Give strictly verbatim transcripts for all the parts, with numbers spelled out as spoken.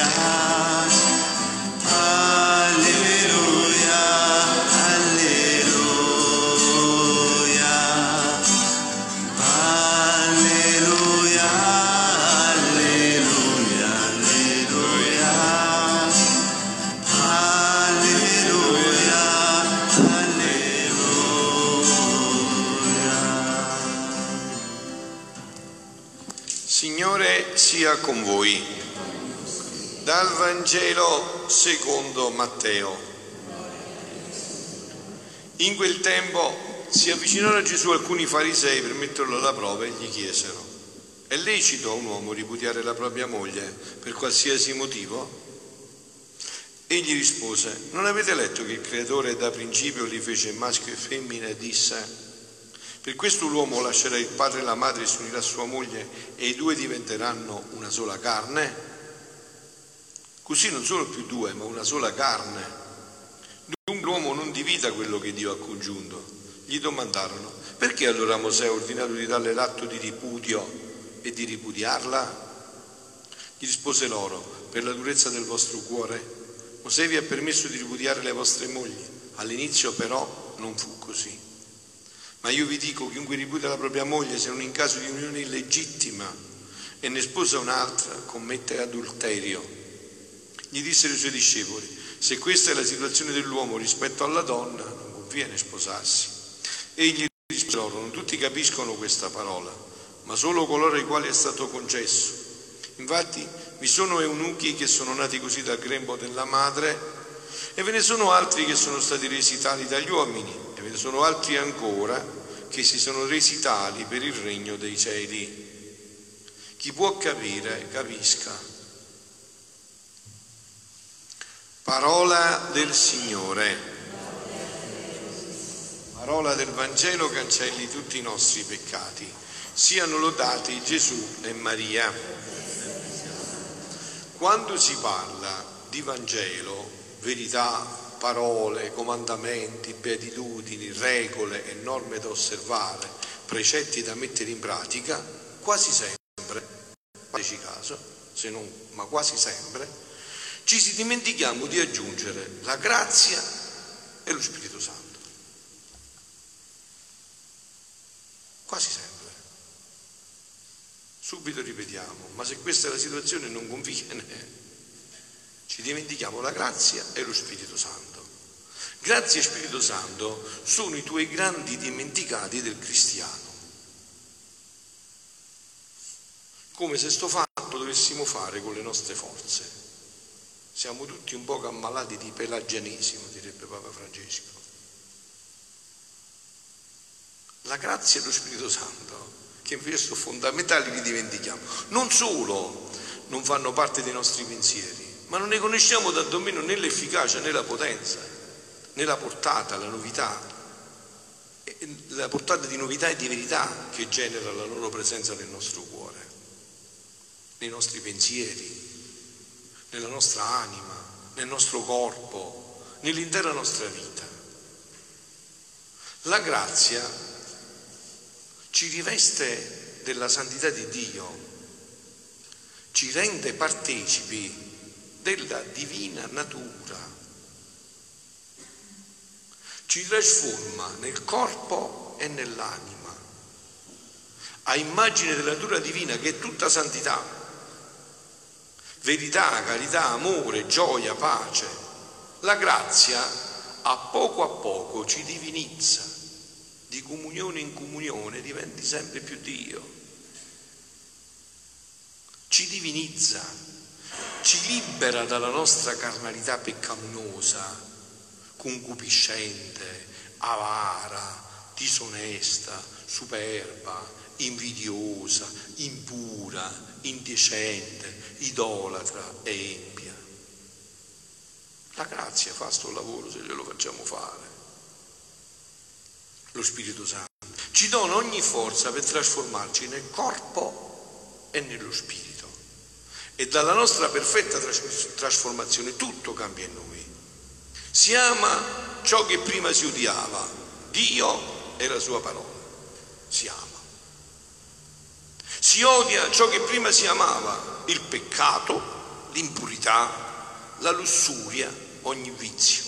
Signore sia con voi. Dal Vangelo secondo Matteo. In quel tempo si avvicinarono a Gesù alcuni farisei per metterlo alla prova e gli chiesero: è lecito a un uomo ripudiare la propria moglie per qualsiasi motivo? Egli rispose: non avete letto che il Creatore da principio li fece maschio e femmina e disse: per questo l'uomo lascerà il padre e la madre e si unirà a sua moglie e i due diventeranno una sola carne? Così non sono più due, ma una sola carne. Dunque l'uomo non divida quello che Dio ha congiunto. Gli domandarono: perché allora Mosè ha ordinato di darle l'atto di ripudio e di ripudiarla? Gli rispose loro: per la durezza del vostro cuore. Mosè vi ha permesso di ripudiare le vostre mogli. All'inizio però non fu così. Ma io vi dico, chiunque ripudia la propria moglie, se non in caso di unione illegittima e ne sposa un'altra, commette adulterio. Gli dissero i suoi discepoli: se questa è la situazione dell'uomo rispetto alla donna, non conviene sposarsi. Egli rispose loro: non tutti capiscono questa parola, ma solo coloro ai quali è stato concesso. Infatti vi sono eunuchi che sono nati così dal grembo della madre, e ve ne sono altri che sono stati resi tali dagli uomini, e ve ne sono altri ancora che si sono resi tali per il regno dei cieli. Chi può capire, capisca. Parola del Signore. Parola del Vangelo cancelli tutti i nostri peccati. Siano lodati Gesù e Maria. Quando si parla di Vangelo, verità, parole, comandamenti, beatitudini, regole e norme da osservare, precetti da mettere in pratica, quasi sempre, fateci caso, se non, ma quasi sempre, ci si dimentichiamo di aggiungere la grazia e lo Spirito Santo. Quasi sempre. Subito ripetiamo: ma se questa è la situazione non conviene. Ci dimentichiamo la grazia e lo Spirito Santo. Grazia e Spirito Santo sono i due grandi dimenticati del cristiano. Come se sto fatto dovessimo fare con le nostre forze. Siamo tutti un poco ammalati di pelagianesimo, direbbe Papa Francesco. La grazia e lo Spirito Santo, che invece sono fondamentali, li dimentichiamo. Non solo non fanno parte dei nostri pensieri, ma non ne conosciamo tantomeno né l'efficacia né la potenza, né la portata, la novità, la portata di novità e di verità che genera la loro presenza nel nostro cuore, nei nostri pensieri, nella nostra anima, nel nostro corpo, nell'intera nostra vita. La grazia ci riveste della santità di Dio, ci rende partecipi della divina natura, ci trasforma nel corpo e nell'anima, a immagine della natura divina che è tutta santità, verità, carità, amore, gioia, pace. La grazia a poco a poco ci divinizza, di comunione in comunione diventi sempre più Dio, ci divinizza, ci libera dalla nostra carnalità peccaminosa, concupiscente, avara, disonesta, superba, invidiosa, impura, indecente, idolatra e empia. La grazia fa sto lavoro se glielo facciamo fare. Lo Spirito Santo ci dona ogni forza per trasformarci nel corpo e nello spirito. E dalla nostra perfetta trasformazione tutto cambia in noi. Si ama ciò che prima si odiava, Dio e la sua parola. Si ama. Si odia ciò che prima si amava, il peccato l'impurità, la lussuria, ogni vizio.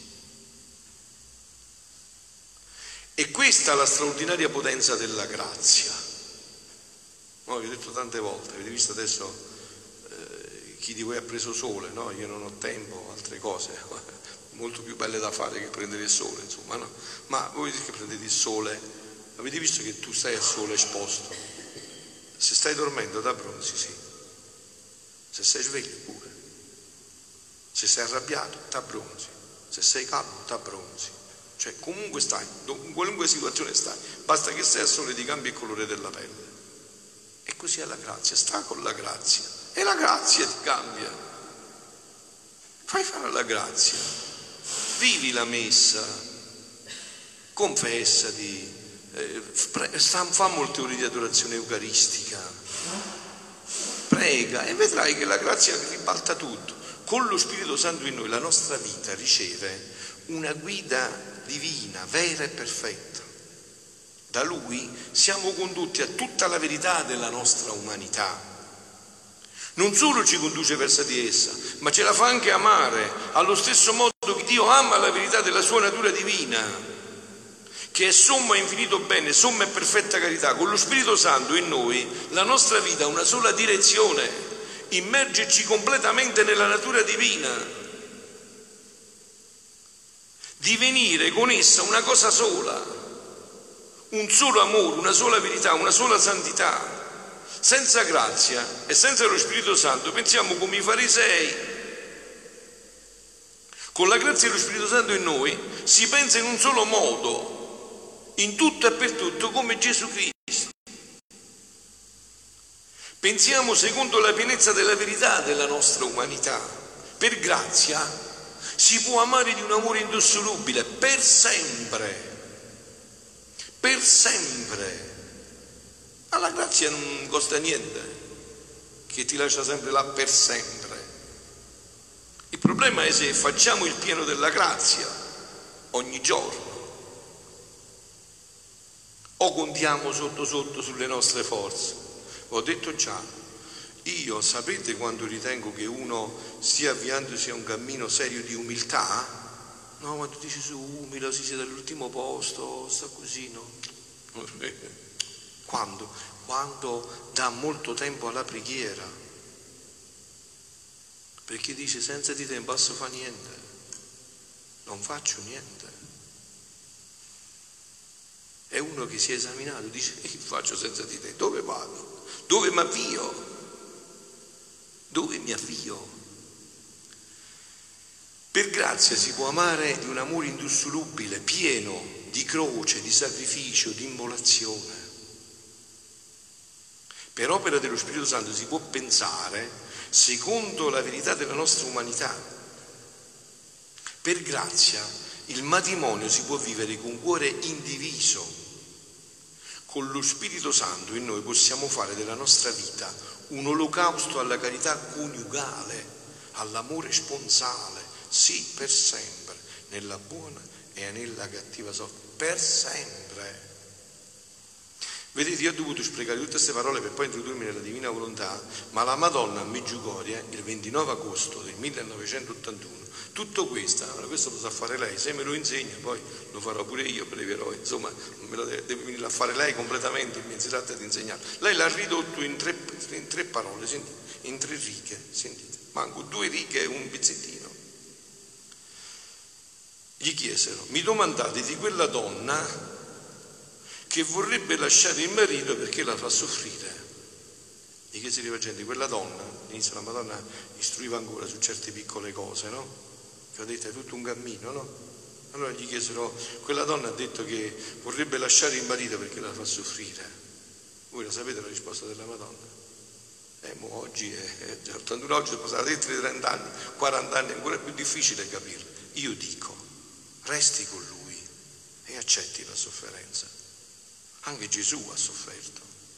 E questa è la straordinaria potenza della grazia. No, vi ho detto tante volte, avete visto adesso eh, chi di voi ha preso sole, no? Io non ho tempo, altre cose molto più belle da fare che prendere il sole, insomma, no? Ma voi che prendete il sole, avete visto che tu stai al sole esposto? Se stai dormendo t'abbronzi, sì. Se sei sveglio pure. Se sei arrabbiato t'abbronzi. Se sei calmo t'abbronzi. Cioè comunque stai, in qualunque situazione stai, basta che stai al sole ti cambi il colore della pelle. E così è la grazia, sta con la grazia e la grazia ti cambia. Fai fare la grazia, vivi la messa, confessati, eh, fa molte ore di adorazione eucaristica, prega e vedrai che la grazia ribalta tutto. Con lo Spirito Santo in noi la nostra vita riceve una guida divina, vera e perfetta. Da Lui siamo condotti a tutta la verità della nostra umanità. Non solo ci conduce verso di essa, ma ce la fa anche amare, allo stesso modo che Dio ama la verità della sua natura divina, che è sommo e infinito bene, somma e perfetta carità. Con lo Spirito Santo in noi la nostra vita ha una sola direzione: immergerci completamente nella natura divina, divenire con essa una cosa sola, un solo amore, una sola verità, una sola santità. Senza grazia e senza lo Spirito Santo pensiamo come i farisei. Con la grazia dello Spirito Santo in noi si pensa in un solo modo, in tutto e per tutto, come Gesù Cristo. Pensiamo secondo la pienezza della verità della nostra umanità. Per grazia si può amare di un amore indissolubile per sempre, per sempre. Ma la grazia non costa niente, che ti lascia sempre là per sempre. Il problema è se facciamo il pieno della grazia ogni giorno o contiamo sotto sotto sulle nostre forze. Ho detto già, io sapete quando ritengo che uno stia avviandosi a un cammino serio di umiltà? No, quando dici su umile, si siede all'ultimo posto, sta così, no? Quando? Quando dà molto tempo alla preghiera, perché dice senza di te non posso fare niente, non faccio niente. È uno che si è esaminato, dice che faccio senza di te, dove vado? Dove mi avvio? Dove mi avvio? Per grazia si può amare di un amore indissolubile, pieno di croce, di sacrificio, di immolazione. Per opera dello Spirito Santo si può pensare secondo la verità della nostra umanità. Per grazia il matrimonio si può vivere con cuore indiviso. Con lo Spirito Santo in noi possiamo fare della nostra vita un olocausto alla carità coniugale, all'amore sponsale, sì, per sempre, nella buona e nella cattiva sorte, per sempre. Vedete, io ho dovuto spiegare tutte queste parole per poi introdurmi nella divina volontà, ma la Madonna a Meggiugorie, il ventinove agosto del millenovecentottantuno, tutto questo, questo lo sa fare lei, se me lo insegna poi lo farò pure io, breverò, insomma, me lo deve, deve venire a fare lei completamente, mi si tratta di insegnare. Lei l'ha ridotto in tre, in tre parole, sentite, in tre righe, sentite, manco due righe e un pezzettino. Gli chiesero, mi domandate di quella donna che vorrebbe lasciare il marito perché la fa soffrire. Gli chiese rivolgendo, quella donna, all'inizio la Madonna istruiva ancora su certe piccole cose, no? Che ho detto è tutto un cammino, no? Allora gli chiesero, quella donna ha detto che vorrebbe lasciare il marito perché la fa soffrire. Voi la sapete la risposta della Madonna? Eh, mo oggi è già ottantuno, oggi sono passati trenta anni, quaranta anni, è ancora più difficile capirlo. Io dico, resti con lui e accetti la sofferenza. Anche Gesù ha sofferto.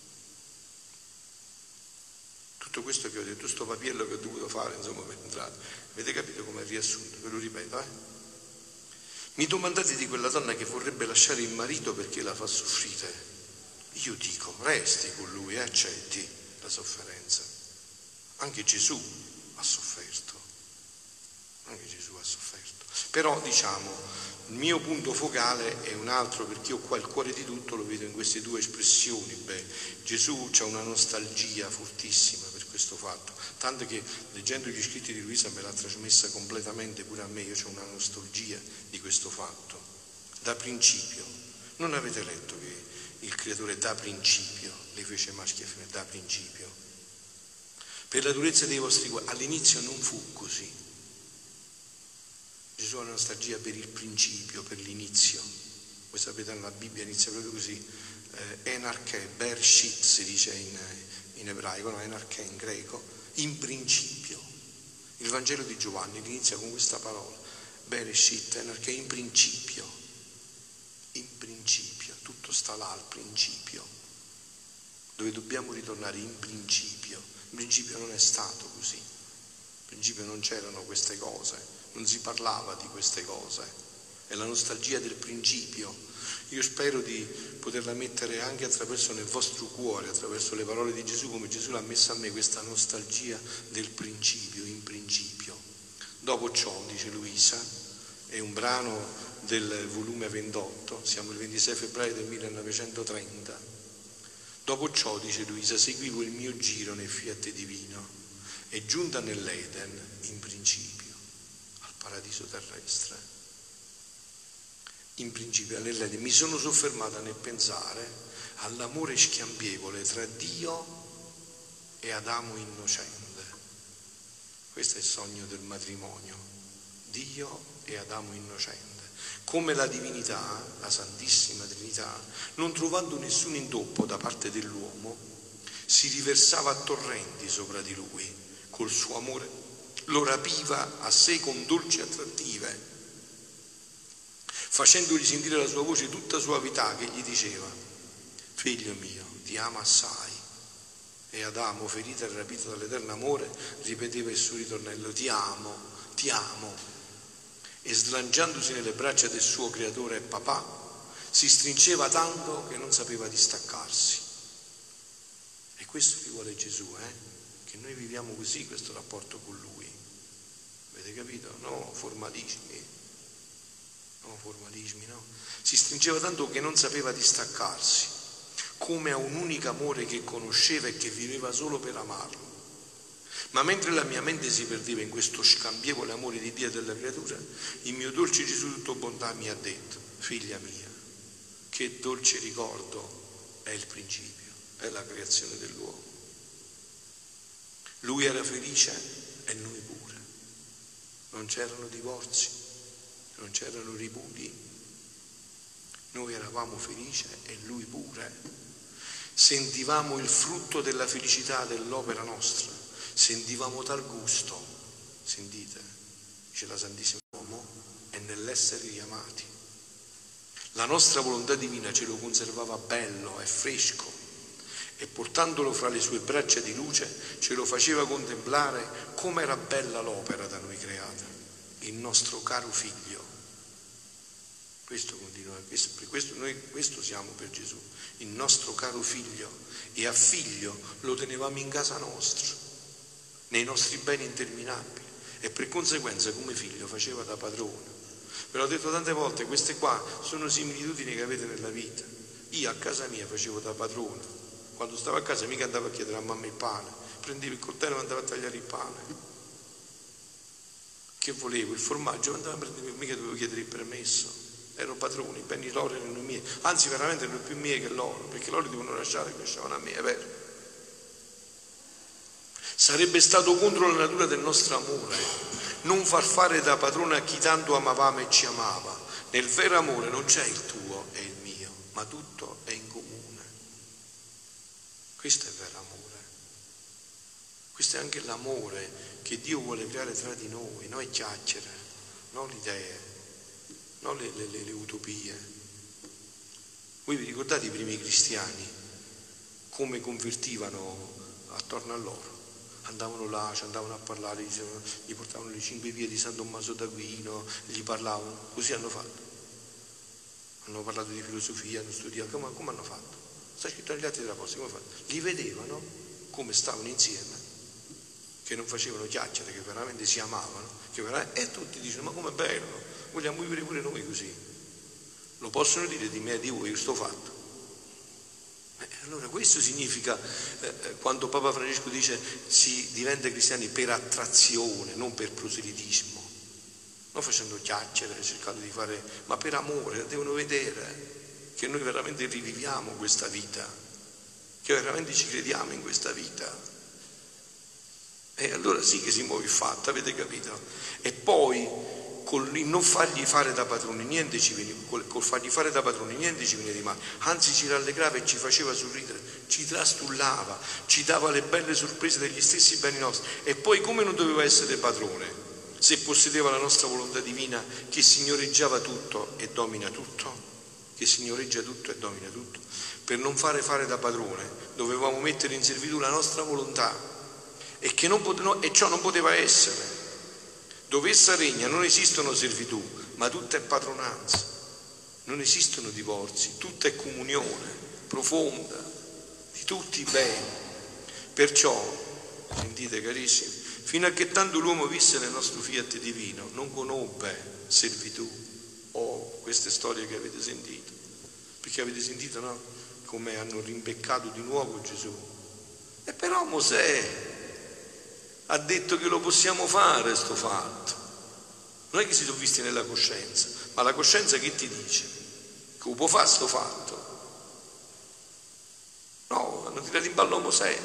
Tutto questo che ho detto, sto papiello che ho dovuto fare, insomma, per entrare. Avete capito come è riassunto? Ve lo ripeto, eh? Mi domandate di quella donna che vorrebbe lasciare il marito perché la fa soffrire. Io dico, resti con lui e accetti la sofferenza. Anche Gesù ha sofferto, non che Gesù ha sofferto. Però diciamo, il mio punto focale è un altro, perché io qua il cuore di tutto lo vedo in queste due espressioni. Beh, Gesù c'ha una nostalgia fortissima per questo fatto, tanto che leggendo gli scritti di Luisa me l'ha trasmessa completamente pure a me. Io c'ho una nostalgia di questo fatto, da principio. Non avete letto che il creatore da principio le fece maschi e femmine, da principio? Per la durezza dei vostri cuori, all'inizio non fu così. Gesù ha una nostalgia per il principio, per l'inizio. Voi sapete, nella Bibbia inizia proprio così, eh, enarche, bershit si dice in, in ebraico, no? Enarche in greco, in principio. Il Vangelo di Giovanni inizia con questa parola, bereshit, enarche, in principio. In principio, tutto sta là al principio, dove dobbiamo ritornare in principio. In principio non è stato così, in principio non c'erano queste cose, non si parlava di queste cose, è la nostalgia del principio. Io spero di poterla mettere anche attraverso nel vostro cuore, attraverso le parole di Gesù, come Gesù l'ha messa a me, questa nostalgia del principio, in principio. Dopo ciò, dice Luisa, è un brano del volume ventotto, siamo il ventisei febbraio del millenovecentotrenta. Dopo ciò, dice Luisa, seguivo il mio giro nel Fiat divino e giunta nell'Eden, in principio, paradiso terrestre, in principio nell'Eden, mi sono soffermata nel pensare all'amore scambievole tra Dio e Adamo innocente. Questo è il sogno del matrimonio, Dio e Adamo innocente. Come la divinità, la Santissima Trinità, non trovando nessun intoppo da parte dell'uomo, si riversava a torrenti sopra di lui col suo amore, lo rapiva a sé con dolci attrattive, facendogli sentire la sua voce tutta suavità, che gli diceva: figlio mio, ti amo assai. E Adamo, ferito e rapito dall'eterno amore, ripeteva il suo ritornello: ti amo, ti amo. E slanciandosi nelle braccia del suo creatore e papà, si stringeva tanto che non sapeva distaccarsi. E questo che vuole Gesù, eh? Che noi viviamo così questo rapporto con Lui. Avete capito? No formalismi, no formalismi, no. Si stringeva tanto che non sapeva distaccarsi, come a un unico amore che conosceva e che viveva solo per amarlo. Ma mentre la mia mente si perdeva in questo scambievole amore di Dio e della creatura, il mio dolce Gesù tutto bontà mi ha detto: figlia mia, che dolce ricordo è il principio, è la creazione dell'uomo. Lui era felice e noi pure. Non c'erano divorzi, non c'erano ripudi. Noi eravamo felici e lui pure. Sentivamo il frutto della felicità dell'opera nostra, sentivamo tal gusto, sentite, dice la Santissima Uomo, è nell'essere riamati. La nostra volontà divina ce lo conservava bello e fresco, e portandolo fra le sue braccia di luce ce lo faceva contemplare come era bella l'opera da noi creata, il nostro caro figlio. Questo continua, questo, per questo noi questo siamo per Gesù, il nostro caro figlio, e a figlio lo tenevamo in casa nostra, nei nostri beni interminabili, e per conseguenza come figlio faceva da padrone. Ve l'ho detto tante volte, queste qua sono similitudini che avete nella vita. Io a casa mia facevo da padrone, quando stavo a casa mica andavo a chiedere a mamma il pane, prendevo il coltello e andavo a tagliare il pane. Che volevo? Il formaggio, andavo a prendere, mica dovevo chiedere il permesso. Ero padrone, i beni loro erano miei, anzi veramente erano più miei che loro, perché loro devono lasciare che lasciavano a me, è vero. Sarebbe stato contro la natura del nostro amore non far fare da padrone a chi tanto amavamo e ci amava. Nel vero amore non c'è il tuo e il mio, ma tutto è in comune. Questo è il vero amore. Questo è anche l'amore che Dio vuole creare tra di noi, non è chiacchiere, non le idee, non le, le, le, le utopie. Voi vi ricordate i primi cristiani come convertivano attorno a loro? Andavano là, ci andavano a parlare, gli portavano le cinque vie di San Tommaso d'Aquino, gli parlavano, così hanno fatto. Hanno parlato di filosofia, hanno studiato, come, come hanno fatto? Sta scritto negli Atti degli Apostoli, come hanno fatto? Li vedevano come stavano insieme che non facevano chiacchiere, che veramente si amavano, che veramente... e tutti dicono: ma com'è bello, vogliamo vivere pure noi così. Lo possono dire di me e di voi questo fatto? Eh, allora questo significa eh, quando Papa Francesco dice si diventa cristiani per attrazione, non per proselitismo, non facendo chiacchiere, cercando di fare, ma per amore. Devono vedere che noi veramente riviviamo questa vita, che veramente ci crediamo in questa vita. E allora sì che si muove il fatto, avete capito? E poi col non fargli fare da padroni niente ci veniva, col, col fargli fare da padroni niente ci veniva di male, anzi ci rallegrava e ci faceva sorridere, ci trastullava, ci dava le belle sorprese degli stessi beni nostri. E poi come non doveva essere padrone se possedeva la nostra volontà divina che signoreggiava tutto e domina tutto? Che signoreggia tutto e domina tutto. Per non fare fare da padrone dovevamo mettere in servitù la nostra volontà. E, che non pote- e ciò non poteva essere. Dove essa regna non esistono servitù, ma tutta è padronanza. Non esistono divorzi, tutta è comunione profonda di tutti i beni. Perciò, sentite carissimi, fino a che tanto l'uomo visse nel nostro fiat divino, non conobbe servitù o queste storie che avete sentito. Perché avete sentito, no? Come hanno rimpeccato di nuovo Gesù. E però Mosè ha detto che lo possiamo fare sto fatto. Non è che si sono visti nella coscienza, ma la coscienza che ti dice? Che lo può fare sto fatto? No, hanno tirato in ballo Mosè,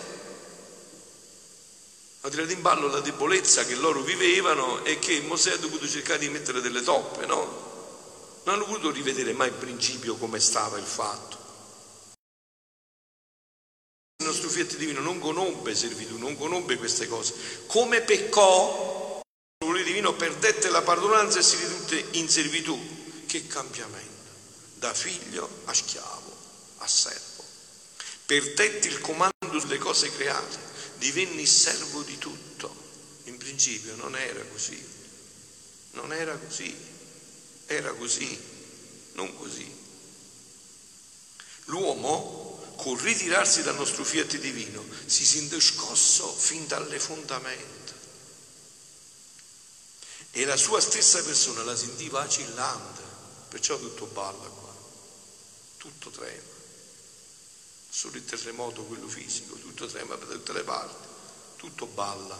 hanno tirato in ballo la debolezza che loro vivevano e che Mosè ha dovuto cercare di mettere delle toppe, no? Non hanno voluto rivedere mai il principio come stava il fatto. Il nostro fiat divino non conobbe servitù, non conobbe queste cose. Come peccò, il volere divino perdette la padronanza e si ridusse in servitù. Che cambiamento! Da figlio a schiavo, a servo. Perdette il comando sulle cose create, divenni servo di tutto. In principio non era così, non era così, era così, non così. L'uomo, col ritirarsi dal nostro fiat divino, si sente scosso fin dalle fondamenta e la sua stessa persona la sentiva vacillante, perciò tutto balla qua, tutto trema, solo il terremoto, quello fisico, tutto trema da tutte le parti, tutto balla.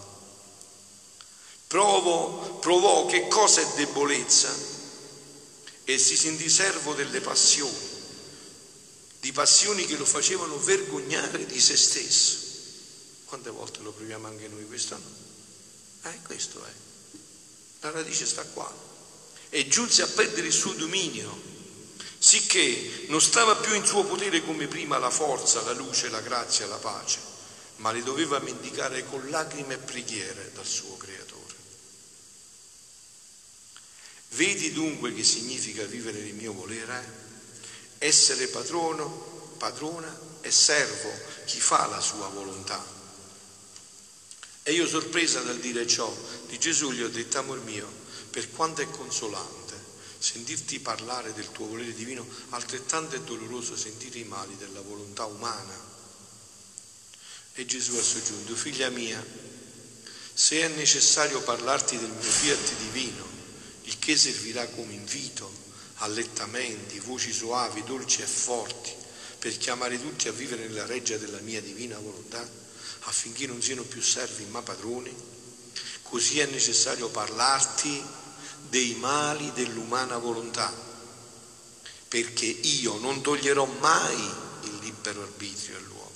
Provo, provò che cosa è debolezza e si sentì servo delle passioni, di passioni che lo facevano vergognare di se stesso. Quante volte lo proviamo anche noi questo? No? Eh, questo è. La radice sta qua. E giunse a perdere il suo dominio, sicché non stava più in suo potere come prima la forza, la luce, la grazia, la pace, ma le doveva mendicare con lacrime e preghiere dal suo creatore. Vedi dunque che significa vivere il mio volere? Essere patrono, padrona e servo, chi fa la sua volontà. E io, sorpresa dal dire ciò di Gesù, gli ho detto: amor mio, per quanto è consolante sentirti parlare del tuo volere divino, altrettanto è doloroso sentire i mali della volontà umana. E Gesù ha soggiunto: figlia mia, se è necessario parlarti del mio fiat divino, il che servirà come invito, allettamenti, voci soavi, dolci e forti, per chiamare tutti a vivere nella reggia della mia divina volontà, affinché non siano più servi ma padroni, così è necessario parlarti dei mali dell'umana volontà, perché io non toglierò mai il libero arbitrio all'uomo.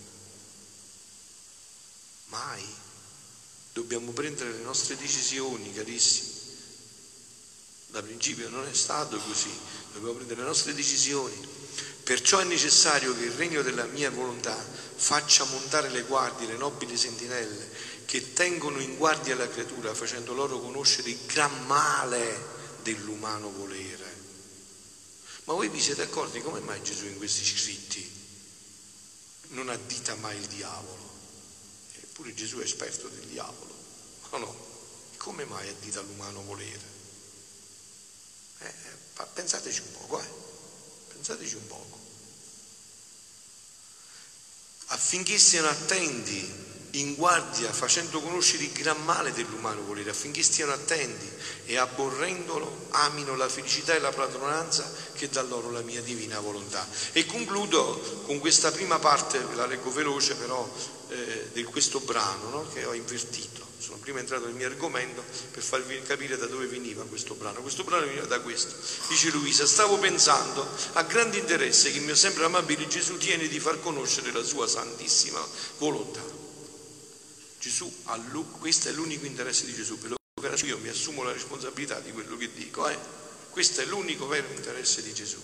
Mai. Dobbiamo prendere le nostre decisioni, carissimi. Da principio non è stato così, dobbiamo prendere le nostre decisioni. Perciò è necessario che il regno della mia volontà faccia montare le guardie, le nobili sentinelle, che tengono in guardia la creatura, facendo loro conoscere il gran male dell'umano volere. Ma voi vi siete accorti come mai Gesù in questi scritti non addita mai il diavolo? Eppure Gesù è esperto del diavolo, o no? Come mai addita l'umano volere? Eh, pensateci un poco, eh? Pensateci un poco. Affinché siano attenti in guardia, facendo conoscere il gran male dell'umano volere, affinché stiano attenti e aborrendolo amino la felicità e la padronanza che dà loro la mia divina volontà. E concludo con questa prima parte, ve la leggo veloce però, eh, di questo brano, no? Che ho invertito. Sono prima entrato nel mio argomento per farvi capire da dove veniva questo brano. Questo brano veniva da questo. Dice Luisa: stavo pensando a grande interesse che il mio sempre amabile Gesù tiene di far conoscere la sua santissima volontà. Gesù ha lui, questo è l'unico interesse di Gesù, per lo che io mi assumo la responsabilità di quello che dico, eh? Questo è l'unico vero interesse di Gesù.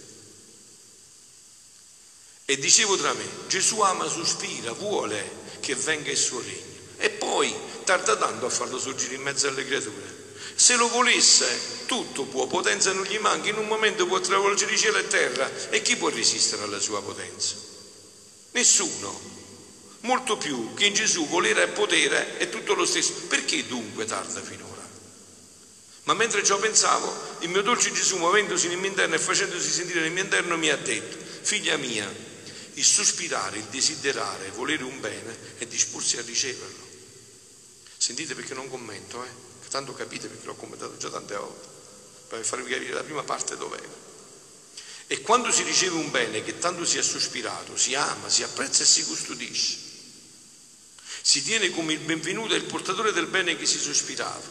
E dicevo tra me, Gesù ama, sospira, vuole che venga il suo regno e poi tarda tanto a farlo sorgere in mezzo alle creature. Se lo volesse, tutto può, potenza non gli manca, in un momento può travolgere cielo e terra, e chi può resistere alla sua potenza? Nessuno. Molto più che in Gesù volere e potere è tutto lo stesso. Perché dunque tarda finora? Ma mentre ciò pensavo, il mio dolce Gesù, muovendosi nel mio interno e facendosi sentire nel mio interno, mi ha detto: figlia mia, il sospirare, il desiderare, volere un bene è disporsi a riceverlo. Sentite perché non commento, eh? Tanto capite perché l'ho commentato già tante volte, per farvi capire la prima parte dov'era. E quando si riceve un bene che tanto si è sospirato, si ama, si apprezza e si custodisce. Si tiene come il benvenuto e il portatore del bene che si sospirava.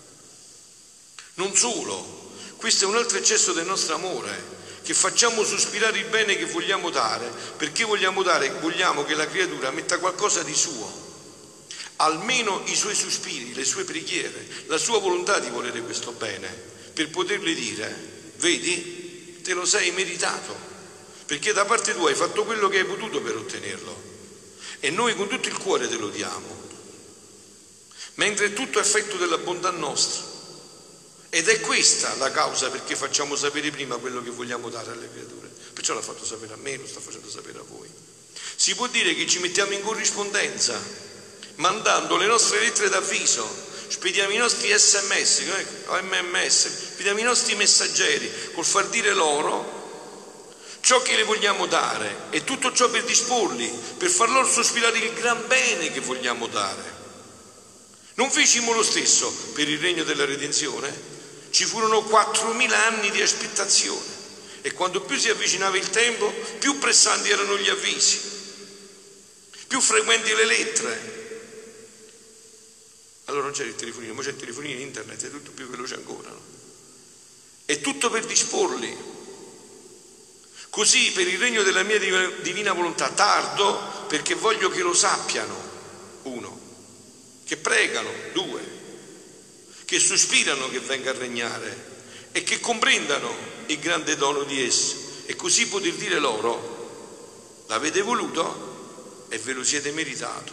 Non solo, questo è un altro eccesso del nostro amore, che facciamo sospirare il bene che vogliamo dare, perché vogliamo dare, vogliamo che la creatura metta qualcosa di suo, almeno i suoi sospiri, le sue preghiere, la sua volontà di volere questo bene, per poterle dire: vedi, te lo sei meritato, perché da parte tua hai fatto quello che hai potuto per ottenerlo. E noi con tutto il cuore te lo diamo, mentre è tutto effetto della bontà nostra. Ed è questa la causa perché facciamo sapere prima quello che vogliamo dare alle creature. Perciò l'ha fatto sapere a me, lo sta facendo sapere a voi. Si può dire che ci mettiamo in corrispondenza, mandando le nostre lettere d'avviso, spediamo i nostri sms, o mms, spediamo i nostri messaggeri col far dire loro ciò che le vogliamo dare, e tutto ciò per disporli, per far loro sospirare il gran bene che vogliamo dare. Non fecimo lo stesso per il regno della redenzione? Ci furono quattromila anni di aspettazione, e quanto più si avvicinava il tempo, più pressanti erano gli avvisi, più frequenti le lettere. Allora non c'era il telefonino, ma c'è il telefonino in internet, è tutto più veloce ancora, no? E tutto per disporli. Così per il regno della mia divina volontà tardo, perché voglio che lo sappiano, uno, che pregano, due, che sospirano che venga a regnare e che comprendano il grande dono di esso, e così poter dire loro: l'avete voluto e ve lo siete meritato.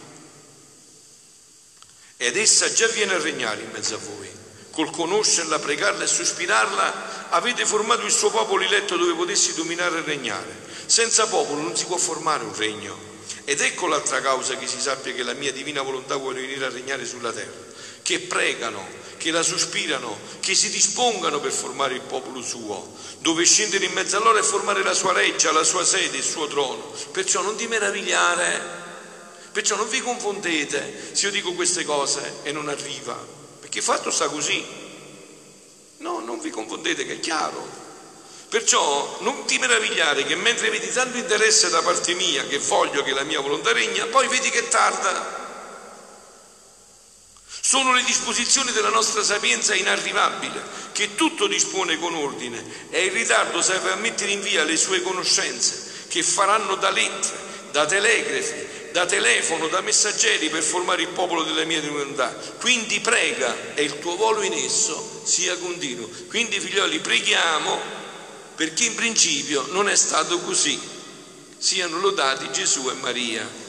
Ed essa già viene a regnare in mezzo a voi. Col conoscerla, pregarla e sospirarla, avete formato il suo popolo eletto dove potessi dominare e regnare. Senza popolo non si può formare un regno. Ed ecco l'altra causa che si sappia che la mia divina volontà vuole venire a regnare sulla terra, che pregano, che la sospirano, che si dispongano per formare il popolo suo, dove scendere in mezzo a loro e formare la sua reggia, la sua sede, il suo trono. Perciò non ti meravigliare, perciò non vi confondete se io dico queste cose e non arriva. Perché fatto sta così. No, non vi confondete, che è chiaro. Perciò non ti meravigliare che mentre vedi tanto interesse da parte mia, che voglio che la mia volontà regna, poi vedi che tarda. Sono le disposizioni della nostra sapienza inarrivabile, che tutto dispone con ordine, e il ritardo serve a mettere in via le sue conoscenze, che faranno da lettere, da telegrafi, da telefono, da messaggeri per formare il popolo della mia divinità. Quindi prega, e il tuo volo in esso sia continuo. Quindi, figlioli, preghiamo, perché in principio non è stato così. Siano lodati Gesù e Maria.